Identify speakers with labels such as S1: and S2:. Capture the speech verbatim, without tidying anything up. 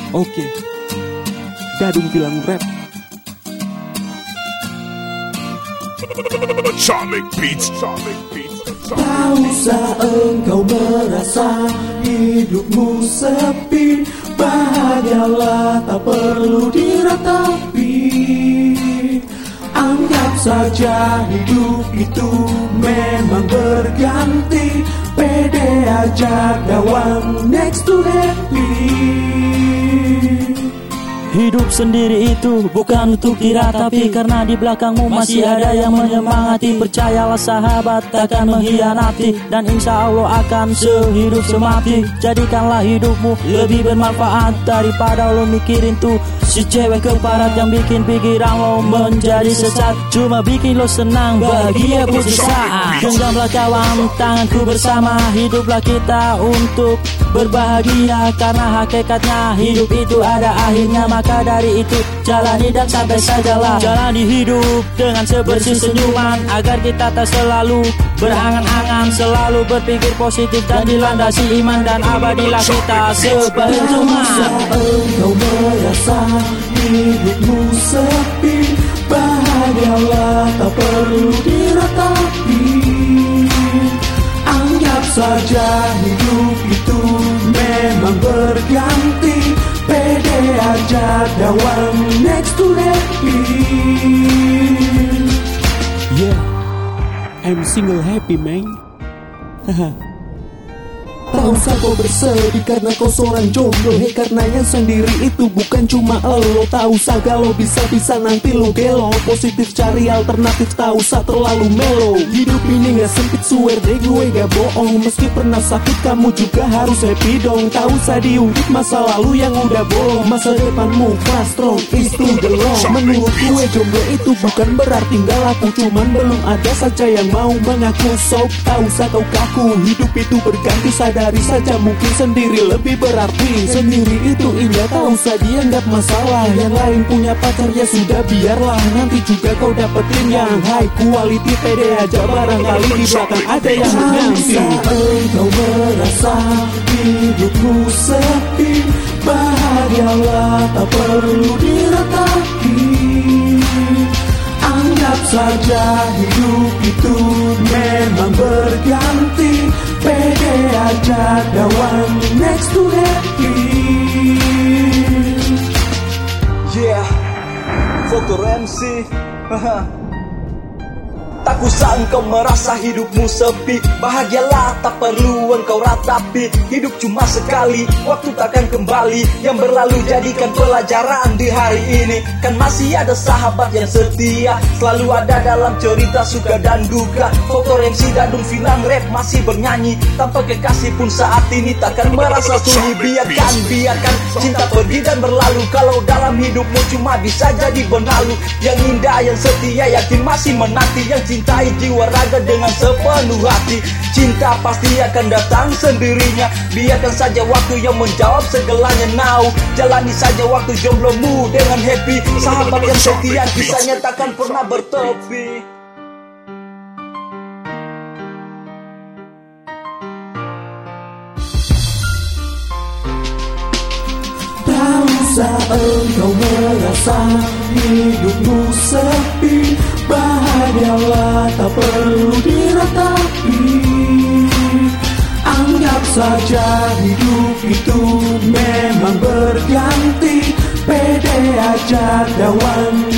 S1: Oke, Dadung bilang rap.
S2: Charlie Beats, Charlie Beats.
S3: Tak usah engkau merasa hidupmu sepi, bahagialah tak perlu diratapi. Anggap saja hidup itu memang berganti, pede aja kawan, next to happy.
S4: Hidup sendiri itu bukan untuk diratapi, karena di belakangmu masih ada yang menyemangati. Percayalah sahabat, takkan mengkhianati, dan insya Allah akan sehidup semati. Jadikanlah hidupmu lebih bermanfaat daripada lo mikirin tuh si cewek keparat yang bikin pikiran lo menjadi sesat. Cuma bikin lo senang, bahagia pun sesaat. Genggamlah kawan, tanganku bersama. Hiduplah kita untuk berbahagia, karena hakikatnya hidup itu ada akhirnya. Maka dari itu jalani dan santai sajalah. Jalani hidup dengan sebersih senyuman, agar kita tak selalu berangan-angan, selalu berpikir positif dan dilandasi iman, dan abadilah kita sebagai teman.
S3: Engkau merasa hidupmu sepi, bahagialah tak perlu diratapi. Anggap saja hidup itu memang berganti, pede aja kawan, next to happy.
S1: Yeah, I'm single happy man. Haha.
S3: Tak usah kau bersedih karena kau seorang jomblo. Hei, karena yang sendiri itu bukan cuma elo. Tak usah galau, bisa-bisa nanti lo gelo. Positif cari alternatif, tak usah terlalu melo. Hidup ini gak sempit, swear deh gue gak bohong. Meski pernah sakit kamu juga harus happy dong. Tak usah diungkit masa lalu yang udah bolong. Masa depanmu fast strong, is to the long. Menurut gue jomblo itu bukan berarti gak laku, cuman belum ada saja yang mau mengaku. So tak usah kau kaku, hidup itu berganti, sadar dari saja mungkin sendiri lebih berarti. Sendiri itu indah, tak usah dianggap masalah. Yang lain punya pacar ya sudah biarlah, nanti juga kau dapetin yang high quality. Pede aja, barangkali di belakang ada yang menanti. Engkau merasa hidupmu sepi, bahagialah tak perlu diratapi. Anggap saja hidup itu memang berganti, pede aja kawan, next to happy.
S5: Yeah, Faktor M C. Tak usah engkau merasa hidupmu sepi, bahagialah tak perlu engkau ratapi. Hidup cuma sekali, waktu takkan kembali. Yang berlalu jadikan pelajaran di hari ini. Kan masih ada sahabat yang setia, selalu ada dalam cerita suka dan duka. Faktor M C Dadung Bilang Rap masih bernyanyi. Tanpa kekasih pun saat ini takkan merasa sunyi. Biarkan, biarkan cinta pergi dan berlalu. Kalau dalam hidupmu cuma bisa jadi benalu. Yang indah, yang setia, yakin masih menanti. Yang cintai jiwa raga dengan sepenuh hati. Cinta pasti akan datang sendirinya. Biarkan saja waktu yang menjawab segalanya now. Jalani saja waktu jomblomu dengan happy. Sahabat yang setia kisahnya takkan pernah bertepi.
S3: Tak usah engkau merasa hidupmu sepi, bahagialah tak perlu diratapi. Anggap saja hidup itu memang berganti, pede aja kawan,